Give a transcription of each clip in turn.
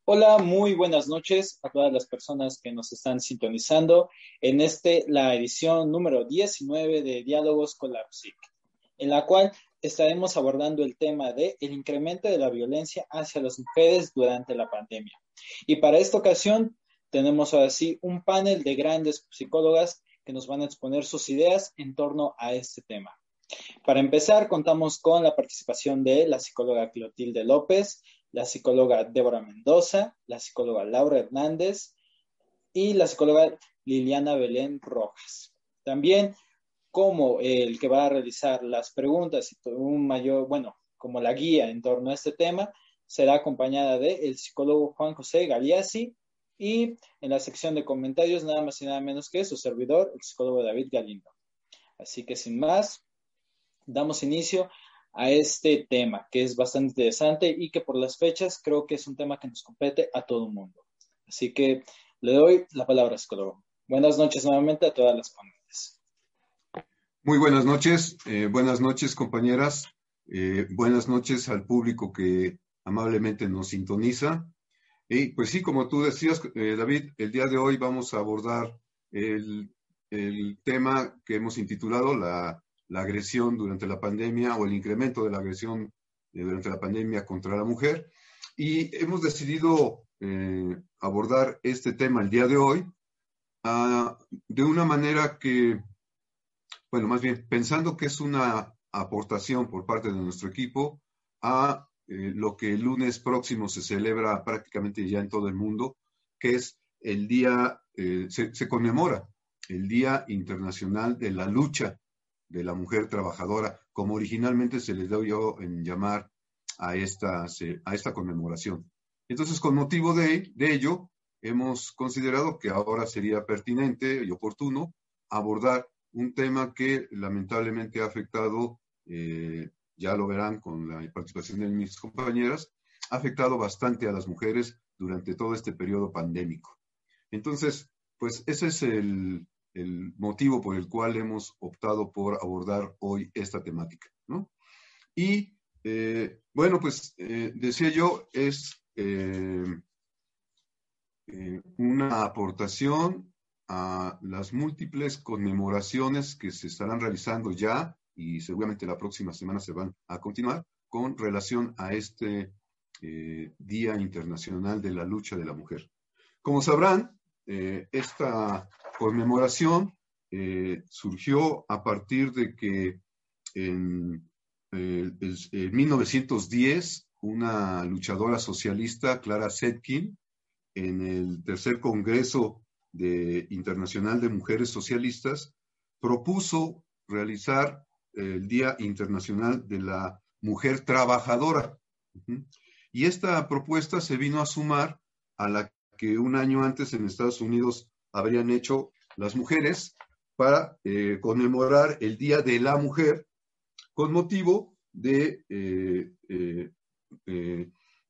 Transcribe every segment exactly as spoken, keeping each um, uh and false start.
Hola, muy buenas noches a todas las personas que nos están sintonizando en este, la edición número diecinueve de Diálogos con la P S I C, en la cual estaremos abordando el tema de el incremento de la violencia hacia las mujeres durante la pandemia. Y para esta ocasión tenemos ahora sí un panel de grandes psicólogas que nos van a exponer sus ideas en torno a este tema. Para empezar, contamos con la participación de la psicóloga Clotilde López, la psicóloga Débora Mendoza, la psicóloga Laura Hernández y la psicóloga Liliana Belén Rojas. También como el que va a realizar las preguntas y un mayor, bueno, como la guía en torno a este tema, será acompañada de el psicólogo Juan José Galiasi y en la sección de comentarios nada más y nada menos que su servidor, el psicólogo David Galindo. Así que sin más, damos inicio a este tema que es bastante interesante y que por las fechas creo que es un tema que nos compete a todo el mundo. Así que le doy la palabra a psicólogo. Buenas noches nuevamente a todas las ponentes. Muy buenas noches, eh, buenas noches compañeras, eh, buenas noches al público que amablemente nos sintoniza. Y pues sí, como tú decías, eh, David, el día de hoy vamos a abordar el, el tema que hemos intitulado la, la agresión durante la pandemia o el incremento de la agresión eh, durante la pandemia contra la mujer. Y hemos decidido eh, abordar este tema el día de hoy uh, de una manera que, bueno, más bien pensando que es una aportación por parte de nuestro equipo a eh, lo que el lunes próximo se celebra prácticamente ya en todo el mundo, que es el día, eh, se, se conmemora el Día Internacional de la Lucha de la Mujer Trabajadora, como originalmente se le dio en llamar a esta, a esta conmemoración. Entonces, con motivo de, de ello, hemos considerado que ahora sería pertinente y oportuno abordar un tema que lamentablemente ha afectado, eh, ya lo verán con la participación de mis compañeras, ha afectado bastante a las mujeres durante todo este periodo pandémico. Entonces, pues ese es el, el motivo por el cual hemos optado por abordar hoy esta temática, ¿no? Y, eh, bueno, pues eh, decía yo, es eh, eh, una aportación a las múltiples conmemoraciones que se estarán realizando ya y seguramente la próxima semana se van a continuar con relación a este eh, Día Internacional de la Lucha de la Mujer. Como sabrán, eh, esta conmemoración eh, surgió a partir de que en, eh, en mil novecientos diez una luchadora socialista, Clara Zetkin, en el tercer Congreso de, Internacional de Mujeres Socialistas, propuso realizar el Día Internacional de la Mujer Trabajadora. Uh-huh. Y esta propuesta se vino a sumar a la que un año antes en Estados Unidos habrían hecho las mujeres para eh, conmemorar el Día de la Mujer con motivo de eh, eh, eh,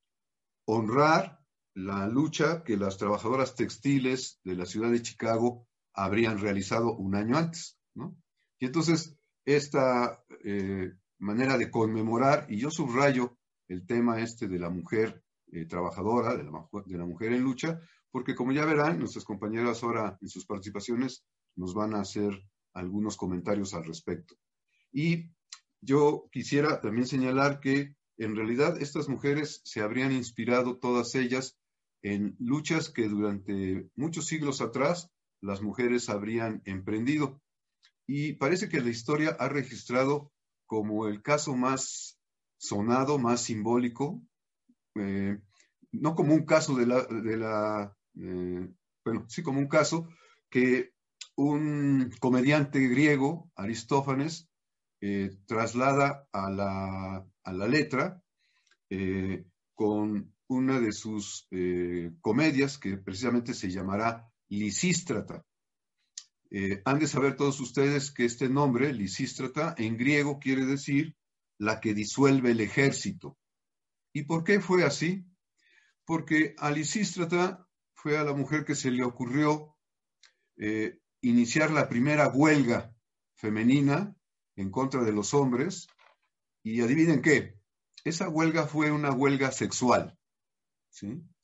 honrar la lucha que las trabajadoras textiles de la ciudad de Chicago habrían realizado un año antes, ¿no? Y entonces, esta eh, manera de conmemorar, y yo subrayo el tema este de la mujer eh, trabajadora, de la, de la mujer en lucha, porque como ya verán, nuestras compañeras ahora en sus participaciones nos van a hacer algunos comentarios al respecto. Y yo quisiera también señalar que en realidad estas mujeres se habrían inspirado todas ellas en luchas que durante muchos siglos atrás las mujeres habrían emprendido. Y parece que la historia ha registrado como el caso más sonado, más simbólico, eh, no como un caso de la, de la eh, bueno, sí como un caso que un comediante griego, Aristófanes, eh, traslada a la, a la letra eh, con una de sus eh, comedias que precisamente se llamará Lisístrata. Eh, han de saber todos ustedes que este nombre, Lisístrata, en griego quiere decir la que disuelve el ejército. ¿Y por qué fue así? Porque a Lisístrata fue a la mujer que se le ocurrió eh, iniciar la primera huelga femenina en contra de los hombres, y adivinen qué, esa huelga fue una huelga sexual, ¿sí?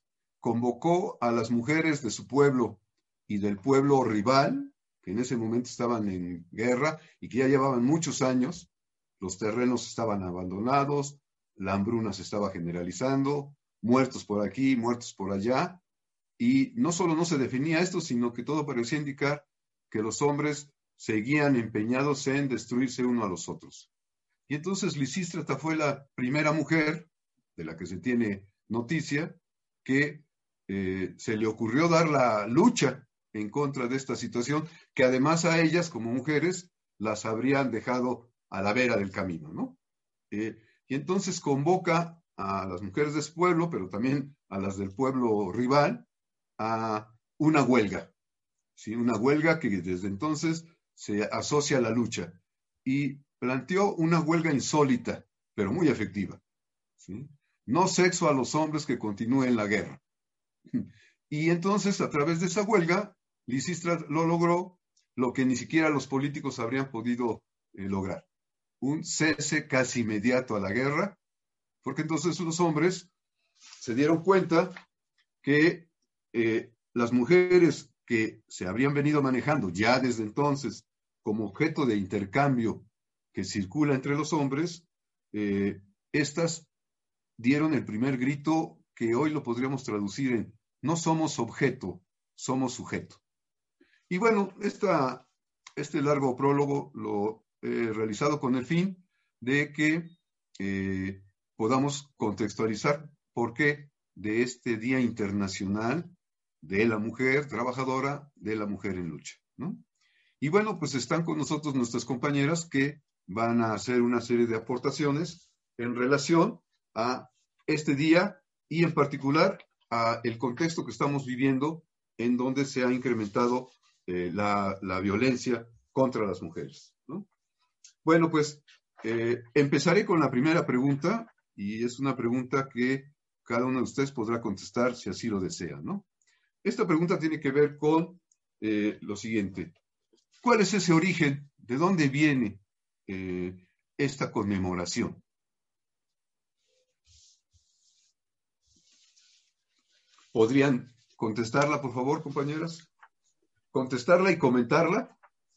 convocó a las mujeres de su pueblo y del pueblo rival, que en ese momento estaban en guerra y que ya llevaban muchos años, los terrenos estaban abandonados, la hambruna se estaba generalizando, muertos por aquí, muertos por allá, y no solo no se definía esto, sino que todo parecía indicar que los hombres seguían empeñados en destruirse uno a los otros. Y entonces Lisístrata fue la primera mujer, de la que se tiene noticia, que eh, se le ocurrió dar la lucha en contra de esta situación, que además a ellas, como mujeres, las habrían dejado a la vera del camino, ¿no? Eh, y entonces convoca a las mujeres de su pueblo, pero también a las del pueblo rival, a una huelga, ¿sí? Una huelga que desde entonces se asocia a la lucha. Y planteó una huelga insólita, pero muy efectiva, ¿sí? No sexo a los hombres que continúen la guerra. Y entonces, a través de esa huelga, Lisístrata lo logró, lo que ni siquiera los políticos habrían podido eh, lograr. Un cese casi inmediato a la guerra, porque entonces los hombres se dieron cuenta que eh, las mujeres que se habrían venido manejando ya desde entonces como objeto de intercambio que circula entre los hombres, eh, estas dieron el primer grito que hoy lo podríamos traducir en no somos objeto, somos sujeto. Y bueno, esta, este largo prólogo lo he realizado con el fin de que eh, podamos contextualizar por qué de este Día Internacional de la Mujer Trabajadora, de la Mujer en Lucha, ¿no? Y bueno, pues están con nosotros nuestras compañeras que van a hacer una serie de aportaciones en relación a este día y en particular a el contexto que estamos viviendo en donde se ha incrementado eh, la, la violencia contra las mujeres, ¿no? Bueno, pues eh, empezaré con la primera pregunta y es una pregunta que cada uno de ustedes podrá contestar si así lo desea, ¿no? Esta pregunta tiene que ver con eh, lo siguiente. ¿Cuál es ese origen? ¿De dónde viene eh, esta conmemoración? ¿Podrían contestarla, por favor, compañeras? ¿Contestarla y comentarla?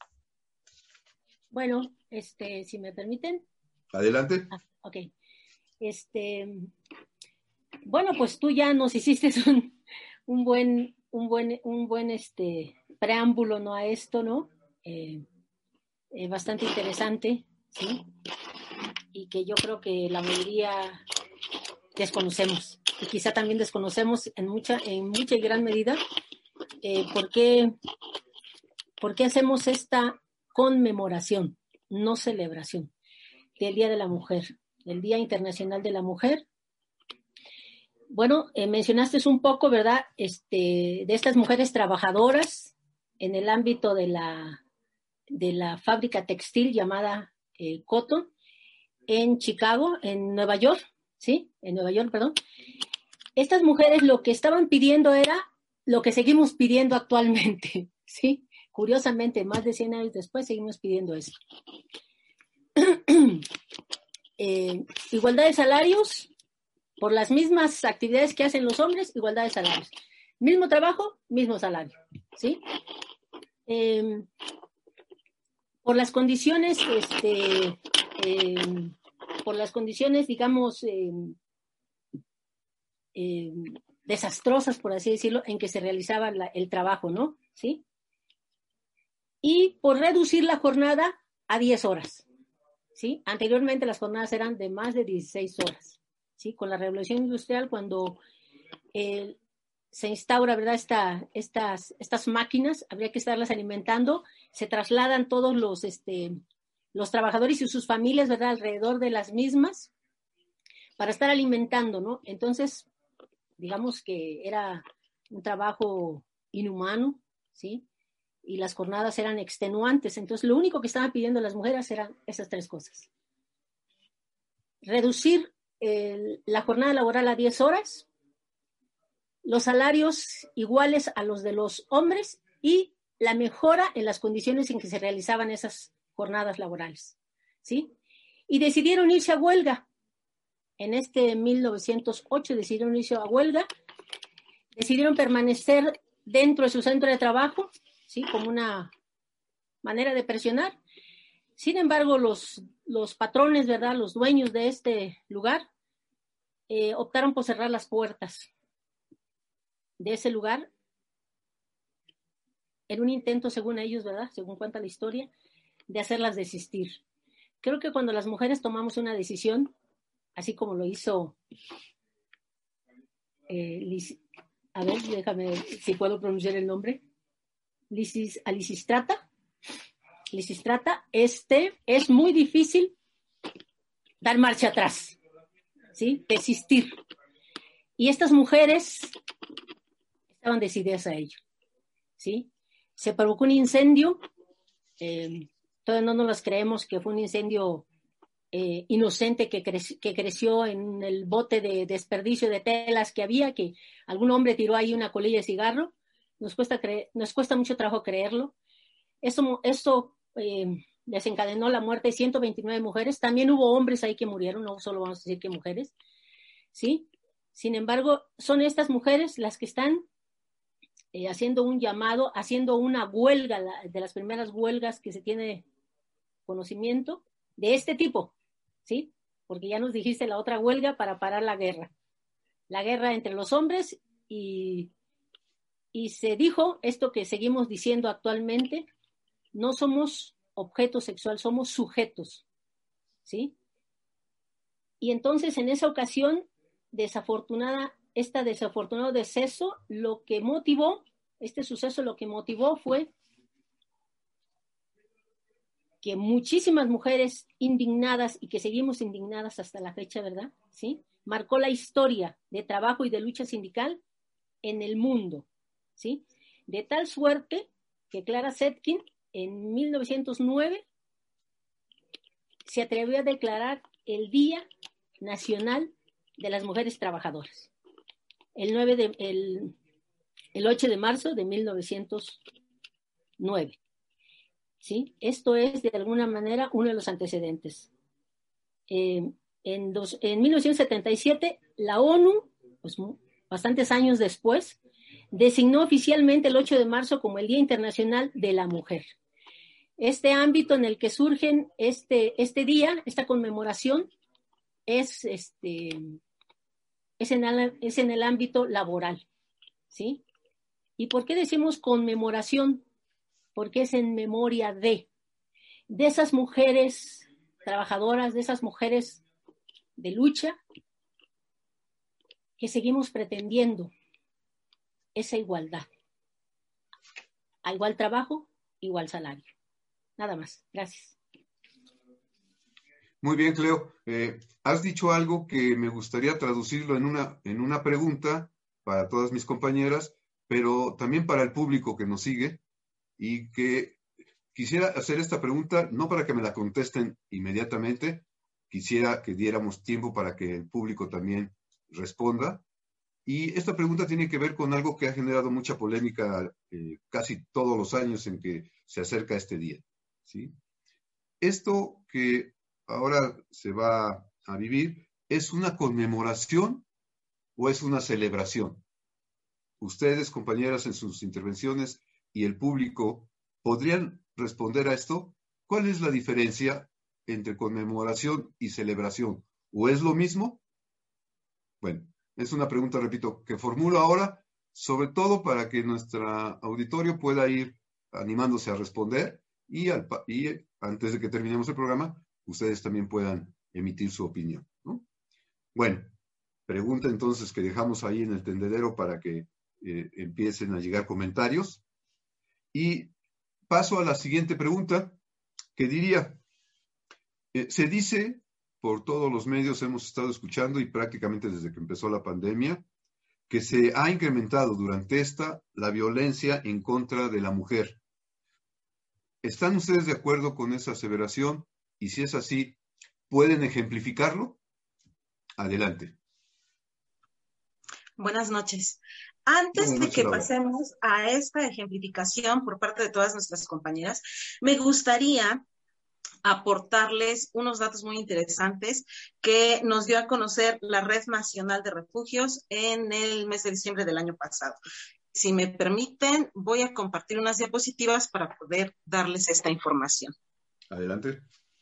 Bueno, este, si me permiten. Adelante. Ah, ok. Este, bueno, pues tú ya nos hiciste un, un buen, un buen, un buen este, preámbulo, ¿no? A esto, ¿no? Eh, eh, bastante interesante, ¿sí? Y que yo creo que la mayoría desconocemos. Y quizá también desconocemos en mucha, en mucha y gran medida eh, por qué, por qué hacemos esta conmemoración, no celebración, del Día de la Mujer, del Día Internacional de la Mujer. Bueno, eh, mencionaste un poco, ¿verdad?, este, de estas mujeres trabajadoras en el ámbito de la, de la fábrica textil llamada eh, Cotton en Chicago, en Nueva York, ¿sí? En Nueva York, perdón. Estas mujeres lo que estaban pidiendo era lo que seguimos pidiendo actualmente, ¿sí? Curiosamente, más de cien años después seguimos pidiendo eso. eh, igualdad de salarios, por las mismas actividades que hacen los hombres, igualdad de salarios. Mismo trabajo, mismo salario, ¿sí? Eh, por las condiciones, este, eh, por las condiciones, digamos, eh, eh, desastrosas, por así decirlo, en que se realizaba la, el trabajo, ¿no? ¿Sí? Y por reducir la jornada a diez horas, ¿sí? Anteriormente las jornadas eran de más de dieciséis horas, ¿sí? Con la revolución industrial, cuando eh, se instaura, ¿verdad?, Esta, estas, estas máquinas, habría que estarlas alimentando, se trasladan todos los, este, los trabajadores y sus familias, ¿verdad?, alrededor de las mismas, para estar alimentando, ¿no? Entonces, digamos que era un trabajo inhumano, ¿sí? Y las jornadas eran extenuantes. Entonces, lo único que estaban pidiendo las mujeres eran esas tres cosas. Reducir el, la jornada laboral a diez horas, los salarios iguales a los de los hombres y la mejora en las condiciones en que se realizaban esas jornadas laborales, ¿sí? Y decidieron irse a huelga. En este mil novecientos ocho decidieron irse a huelga decidieron permanecer dentro de su centro de trabajo, ¿sí? Como una manera de presionar. Sin embargo, los, los patrones, ¿verdad? Los dueños de este lugar eh, optaron por cerrar las puertas de ese lugar en un intento, según ellos, ¿verdad? Según cuenta la historia, de hacerlas desistir. Creo que cuando las mujeres tomamos una decisión, así como lo hizo eh, Liz, a ver, déjame ver si puedo pronunciar el nombre, Lisis, Alisistrata, Lisistrata, este, es muy difícil dar marcha atrás, ¿sí? Desistir. Y estas mujeres estaban decididas a ello, ¿sí? Se provocó un incendio, eh, todavía no nos las creemos que fue un incendio eh, inocente que, cre- que creció en el bote de desperdicio de telas que había, que algún hombre tiró ahí una colilla de cigarro. Nos cuesta, cre- nos cuesta mucho trabajo creerlo. Esto, esto eh, desencadenó la muerte de ciento veintinueve mujeres. También hubo hombres ahí que murieron, no solo vamos a decir que mujeres, ¿sí? Sin embargo, son estas mujeres las que están eh, haciendo un llamado, haciendo una huelga, la, de las primeras huelgas que se tiene conocimiento de este tipo, ¿sí? Porque ya nos dijiste la otra huelga para parar la guerra. La guerra entre los hombres y, y se dijo esto que seguimos diciendo actualmente, no somos objeto sexual, somos sujetos, ¿sí? Y entonces en esa ocasión, desafortunada, este desafortunado deceso, lo que motivó, este suceso lo que motivó fue que muchísimas mujeres indignadas y que seguimos indignadas hasta la fecha, ¿verdad? ¿Sí? Marcó la historia de trabajo y de lucha sindical en el mundo, ¿sí? De tal suerte que Clara Zetkin en mil novecientos nueve se atrevió a declarar el Día Nacional de las Mujeres Trabajadoras, el, nueve de, el, el ocho de marzo de mil novecientos nueve. ¿Sí? Esto es, de alguna manera, uno de los antecedentes. Eh, en, dos, en mil novecientos setenta y siete, la ONU, pues, bastantes años después, designó oficialmente el ocho de marzo como el Día Internacional de la Mujer. Este ámbito en el que surgen este, este día, esta conmemoración, es, este, es, en el, es en el ámbito laboral, ¿sí? ¿Y por qué decimos conmemoración? Porque es en memoria de, de esas mujeres trabajadoras, de esas mujeres de lucha, que seguimos pretendiendo esa igualdad. A igual trabajo, igual salario. Nada más. Gracias. Muy bien, Cleo. Eh, has dicho algo que me gustaría traducirlo en una, en una pregunta para todas mis compañeras, pero también para el público que nos sigue, y que quisiera hacer esta pregunta, no para que me la contesten inmediatamente, quisiera que diéramos tiempo para que el público también responda. Y esta pregunta tiene que ver con algo que ha generado mucha polémica eh, casi todos los años en que se acerca este día, ¿sí? Esto que ahora se va a vivir, ¿es una conmemoración o es una celebración? Ustedes, compañeras, en sus intervenciones y el público, ¿podrían responder a esto? ¿Cuál es la diferencia entre conmemoración y celebración? ¿O es lo mismo? Bueno, es una pregunta, repito, que formulo ahora, sobre todo para que nuestro auditorio pueda ir animándose a responder y, al, y antes de que terminemos el programa, ustedes también puedan emitir su opinión, ¿no? Bueno, pregunta entonces que dejamos ahí en el tendedero para que eh, empiecen a llegar comentarios. Y paso a la siguiente pregunta, que diría, eh, se dice, por todos los medios hemos estado escuchando y prácticamente desde que empezó la pandemia, que se ha incrementado durante esta la violencia en contra de la mujer. ¿Están ustedes de acuerdo con esa aseveración? Y si es así, ¿pueden ejemplificarlo? Adelante. Buenas noches. Antes Buenas de noches, que Laura. pasemos a esta ejemplificación por parte de todas nuestras compañeras, me gustaría aportarles unos datos muy interesantes que nos dio a conocer la Red Nacional de Refugios en el mes de diciembre del año pasado. Si me permiten, voy a compartir unas diapositivas para poder darles esta información. Adelante.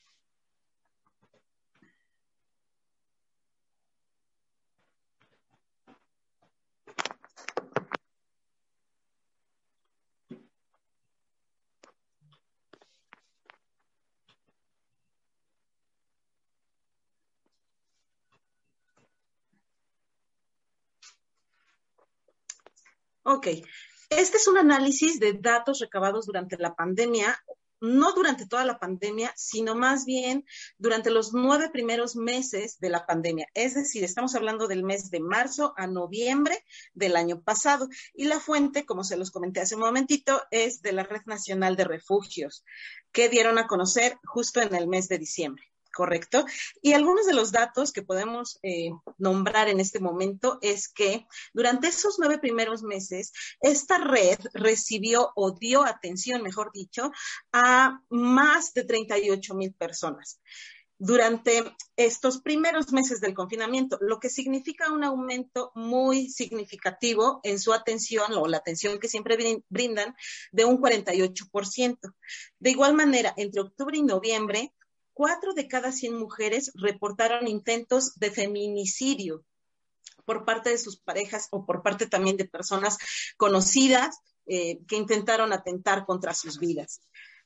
Ok, este es un análisis de datos recabados durante la pandemia, no durante toda la pandemia, sino más bien durante los nueve primeros meses de la pandemia. Es decir, estamos hablando del mes de marzo a noviembre del año pasado. Y la fuente, como se los comenté hace un momentito, es de la Red Nacional de Refugios, que dieron a conocer justo en el mes de diciembre. ¿Correcto? Y algunos de los datos que podemos eh, nombrar en este momento es que durante esos nueve primeros meses, esta red recibió o dio atención, mejor dicho, a más de treinta y ocho mil personas durante estos primeros meses del confinamiento, lo que significa un aumento muy significativo en su atención o la atención que siempre brindan de un cuarenta y ocho por ciento. De igual manera, entre octubre y noviembre, Cuatro de cada cien mujeres reportaron intentos de feminicidio por parte de sus parejas o por parte también de personas conocidas eh, que intentaron atentar contra sus vidas.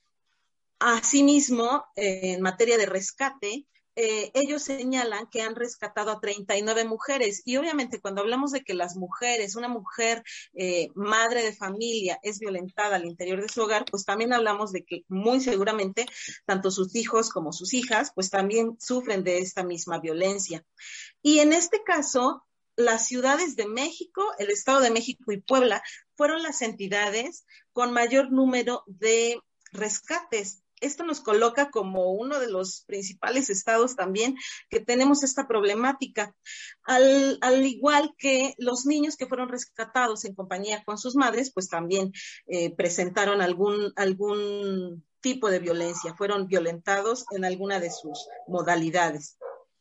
Asimismo, eh, en materia de rescate, eh, ellos señalan que han rescatado a treinta y nueve mujeres. Y obviamente cuando hablamos de que las mujeres, una mujer eh, madre de familia es violentada al interior de su hogar, pues también hablamos de que muy seguramente tanto sus hijos como sus hijas pues también sufren de esta misma violencia. Y en este caso, las ciudades de México, el Estado de México y Puebla fueron las entidades con mayor número de rescates. Esto nos coloca como uno de los principales estados también que tenemos esta problemática, al, al igual que los niños que fueron rescatados en compañía con sus madres, pues también eh, presentaron algún, algún tipo de violencia, fueron violentados en alguna de sus modalidades.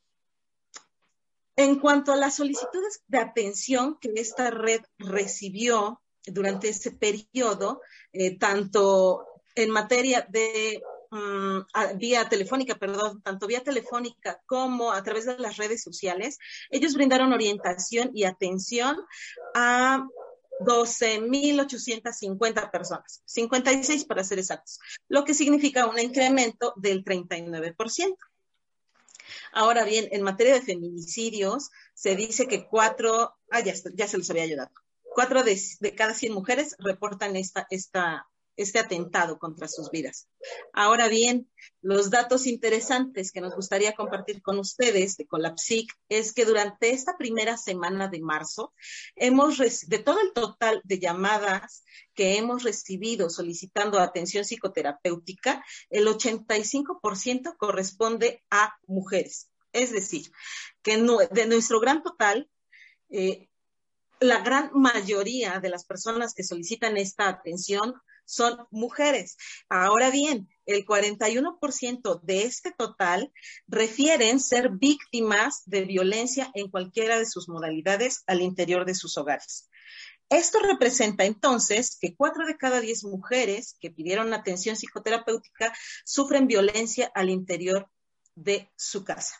En cuanto a las solicitudes de atención que esta red recibió durante ese periodo, eh, tanto en materia de um, vía telefónica, perdón, tanto vía telefónica como a través de las redes sociales, ellos brindaron orientación y atención a doce mil ochocientas cincuenta personas, cincuenta y seis para ser exactos, lo que significa un incremento del treinta y nueve por ciento. Ahora bien, en materia de feminicidios, se dice que cuatro, ah, ya, ya se los había ayudado, cuatro de, de cada cien mujeres reportan esta, esta, este atentado contra sus vidas. Ahora bien, los datos interesantes que nos gustaría compartir con ustedes de Colapsic es que durante esta primera semana de marzo, hemos de todo el total de llamadas que hemos recibido solicitando atención psicoterapéutica, el ochenta y cinco por ciento corresponde a mujeres. Es decir, que no, de nuestro gran total, eh, la gran mayoría de las personas que solicitan esta atención son mujeres. Ahora bien, el cuarenta y uno por ciento de este total refieren ser víctimas de violencia en cualquiera de sus modalidades al interior de sus hogares. Esto representa entonces que cuatro de cada diez mujeres que pidieron atención psicoterapéutica sufren violencia al interior de su casa.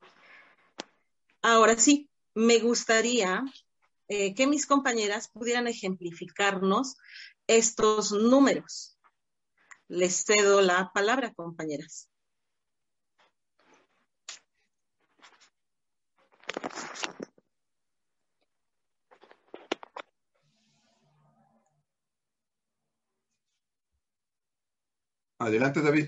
Ahora sí, me gustaría eh, que mis compañeras pudieran ejemplificarnos estos números. Les cedo la palabra, compañeras. Adelante, David.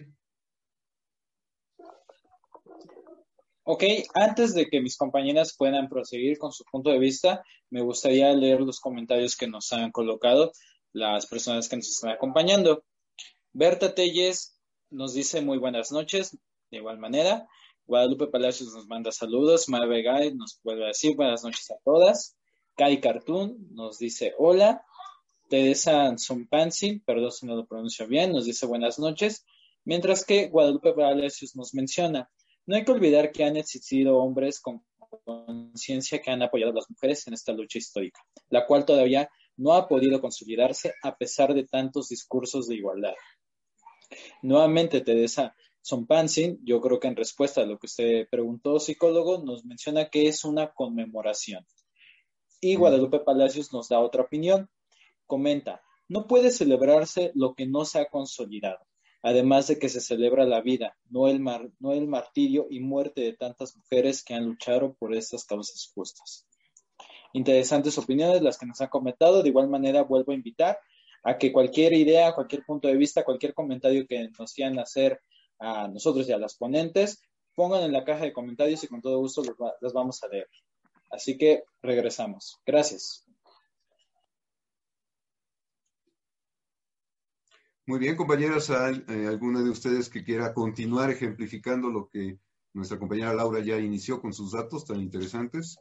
Ok, antes de que mis compañeras puedan proseguir con su punto de vista, me gustaría leer los comentarios que nos han colocado las personas que nos están acompañando. Berta Telles nos dice muy buenas noches, de igual manera. Guadalupe Palacios nos manda saludos. Marve Gay nos vuelve a decir buenas noches a todas. Kai Cartoon nos dice hola. Teresa Zompansi, perdón si no lo pronuncio bien, nos dice buenas noches. Mientras que Guadalupe Palacios nos menciona, no hay que olvidar que han existido hombres con conciencia que han apoyado a las mujeres en esta lucha histórica, la cual todavía no ha podido consolidarse a pesar de tantos discursos de igualdad. Nuevamente, Teresa Sompansin, yo creo que en respuesta a lo que usted preguntó, psicólogo, nos menciona que es una conmemoración. Y Guadalupe Palacios nos da otra opinión. Comenta, no puede celebrarse lo que no se ha consolidado, además de que se celebra la vida, no el, mar, no el martirio y muerte de tantas mujeres que han luchado por estas causas justas. Interesantes opiniones las que nos han comentado. De igual manera, vuelvo a invitar a que cualquier idea, cualquier punto de vista, cualquier comentario que nos quieran hacer a nosotros y a las ponentes, pongan en la caja de comentarios y con todo gusto los, los vamos a leer. Así que regresamos. Gracias. Muy bien, compañeras, ¿hay eh, alguna de ustedes que quiera continuar ejemplificando lo que nuestra compañera Laura ya inició con sus datos tan interesantes?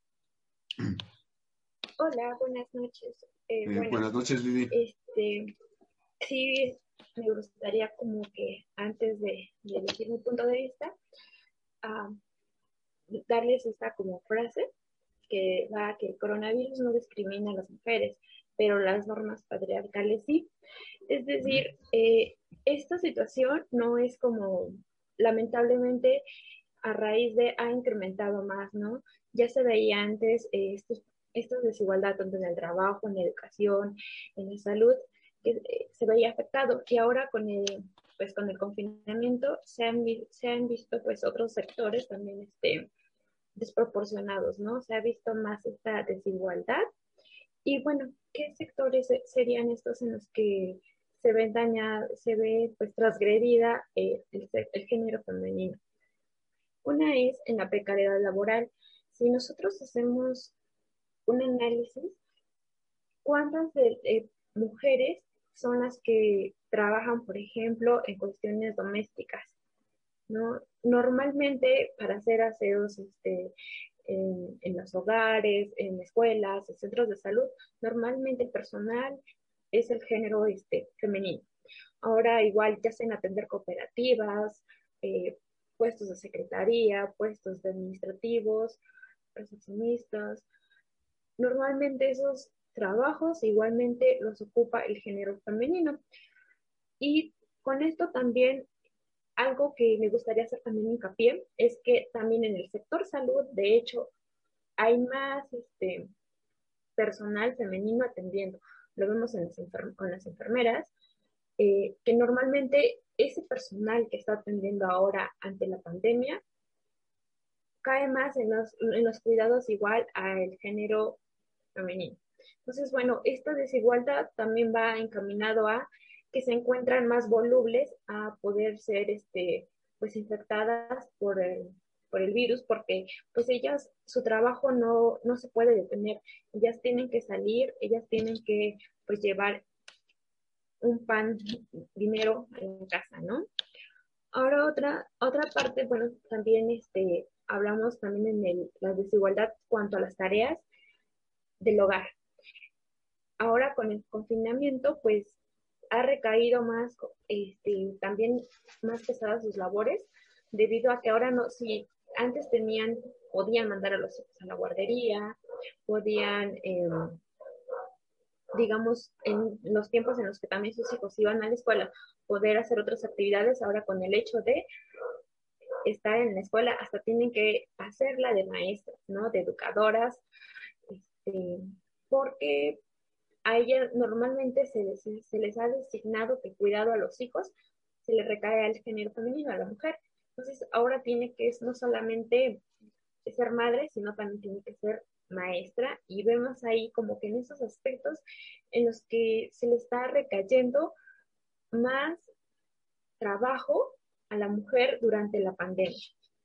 Hola, buenas noches. Eh, Eh, bueno, buenas noches, Lili. Este, sí, me gustaría como que antes de, de decir mi punto de vista, uh, darles esta como frase que va que el coronavirus no discrimina a las mujeres, pero las normas patriarcales sí. Es decir, eh, esta situación no es como, lamentablemente, a raíz de, ha incrementado más, ¿no? Ya se veía antes eh, estos, esta desigualdad tanto en el trabajo, en la educación, en la salud, que eh, se veía afectado. Y ahora con el, pues, con el confinamiento se han, se han visto pues otros sectores también este, desproporcionados, ¿no? Se ha visto más esta desigualdad. Y bueno, ¿qué sectores serían estos en los que se ve dañada, se ve pues transgredida eh, el, el género femenino? Una es en la precariedad laboral. Si nosotros hacemos un análisis, ¿cuántas de, eh, mujeres son las que trabajan, por ejemplo, en cuestiones domésticas? ¿No? Normalmente para hacer aseos este, en, en los hogares, en escuelas, en centros de salud, normalmente el personal es el género este, femenino. Ahora igual ya hacen atender cooperativas, eh, puestos de secretaría, puestos de administrativos, recepcionistas. Normalmente esos trabajos igualmente los ocupa el género femenino. Y con esto también algo que me gustaría hacer también hincapié es que también en el sector salud, de hecho, hay más este, personal femenino atendiendo. Lo vemos en las enfer- con las enfermeras, eh, que normalmente ese personal que está atendiendo ahora ante la pandemia cae más en los, en los cuidados igual al género femenino. Entonces, bueno, esta desigualdad también va encaminado a que se encuentran más volubles a poder ser este, pues, infectadas por el, por el virus, porque pues ellas, su trabajo no, no se puede detener. Ellas tienen que salir, ellas tienen que pues llevar un pan, dinero en casa, ¿no? Ahora otra, otra parte, bueno, también este, hablamos también en el, la desigualdad cuanto a las tareas del hogar. Ahora con el confinamiento, pues ha recaído más, este, también más pesadas sus labores, debido a que ahora no, si antes tenían, podían mandar a los hijos a la guardería, podían, eh, digamos, en los tiempos en los que también sus hijos iban a la escuela, poder hacer otras actividades, ahora con el hecho de estar en la escuela, hasta tienen que hacerla de maestras, ¿no? De educadoras, este, porque a ella normalmente se les, se les ha designado que el cuidado a los hijos se le recae al género femenino, a la mujer. Entonces ahora tiene que no solamente ser madre, sino también tiene que ser maestra, y vemos ahí como que en esos aspectos en los que se le está recayendo más trabajo a la mujer durante la pandemia.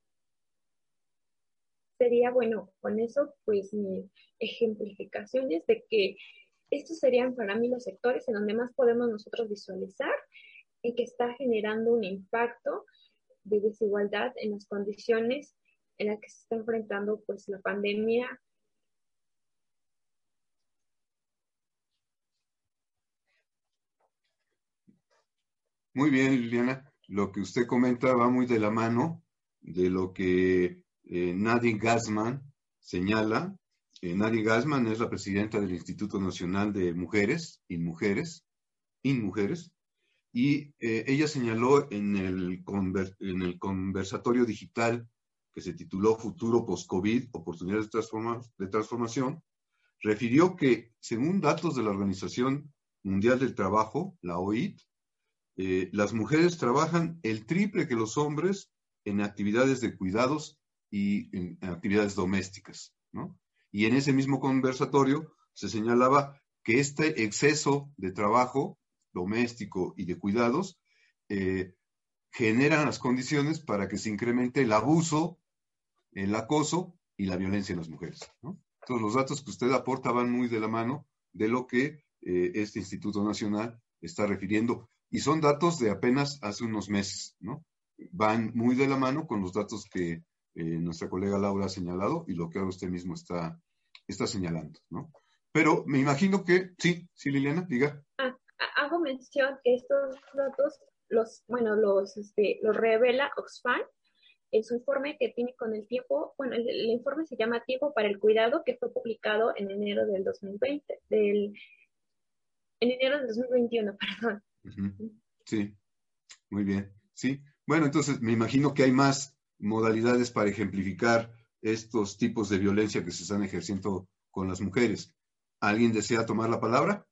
Sería bueno, con eso pues mi ejemplificación es de que estos serían para mí los sectores en donde más podemos nosotros visualizar en que está generando un impacto de desigualdad en las condiciones en las que se está enfrentando pues la pandemia. Muy bien, Liliana. lo que usted comenta va muy de la mano de lo que eh, Nadine Gassman señala. Eh, Nadine Gassman es la presidenta del Instituto Nacional de Mujeres, InMujeres, InMujeres, y eh, ella señaló en el, conver, en el conversatorio digital que se tituló Futuro Post-COVID, Oportunidades de, transforma, de Transformación, refirió que, según datos de la Organización Mundial del Trabajo, la O I T, eh, las mujeres trabajan el triple que los hombres en actividades de cuidados y en, en actividades domésticas, ¿no? Y en ese mismo conversatorio se señalaba que este exceso de trabajo doméstico y de cuidados eh, generan las condiciones para que se incremente el abuso, el acoso y la violencia en las mujeres, ¿no? Entonces, los datos que usted aporta van muy de la mano de lo que eh, este Instituto Nacional está refiriendo. Y son datos de apenas hace unos meses, ¿no? Van muy de la mano con los datos que eh, nuestra colega Laura ha señalado y lo que ahora usted mismo está, está señalando, ¿no? Pero me imagino que, sí, sí, Liliana, diga. Ah, hago mención que estos datos, los, bueno, los, este, los revela Oxfam en su informe que tiene con el tiempo, bueno, el, el informe se llama Tiempo para el Cuidado, que fue publicado en enero del dos mil veinte, del, en enero del dos mil veintiuno, perdón. Uh-huh. Sí, muy bien. Sí, bueno, entonces me imagino que hay más modalidades para ejemplificar estos tipos de violencia que se están ejerciendo con las mujeres. ¿Alguien desea tomar la palabra?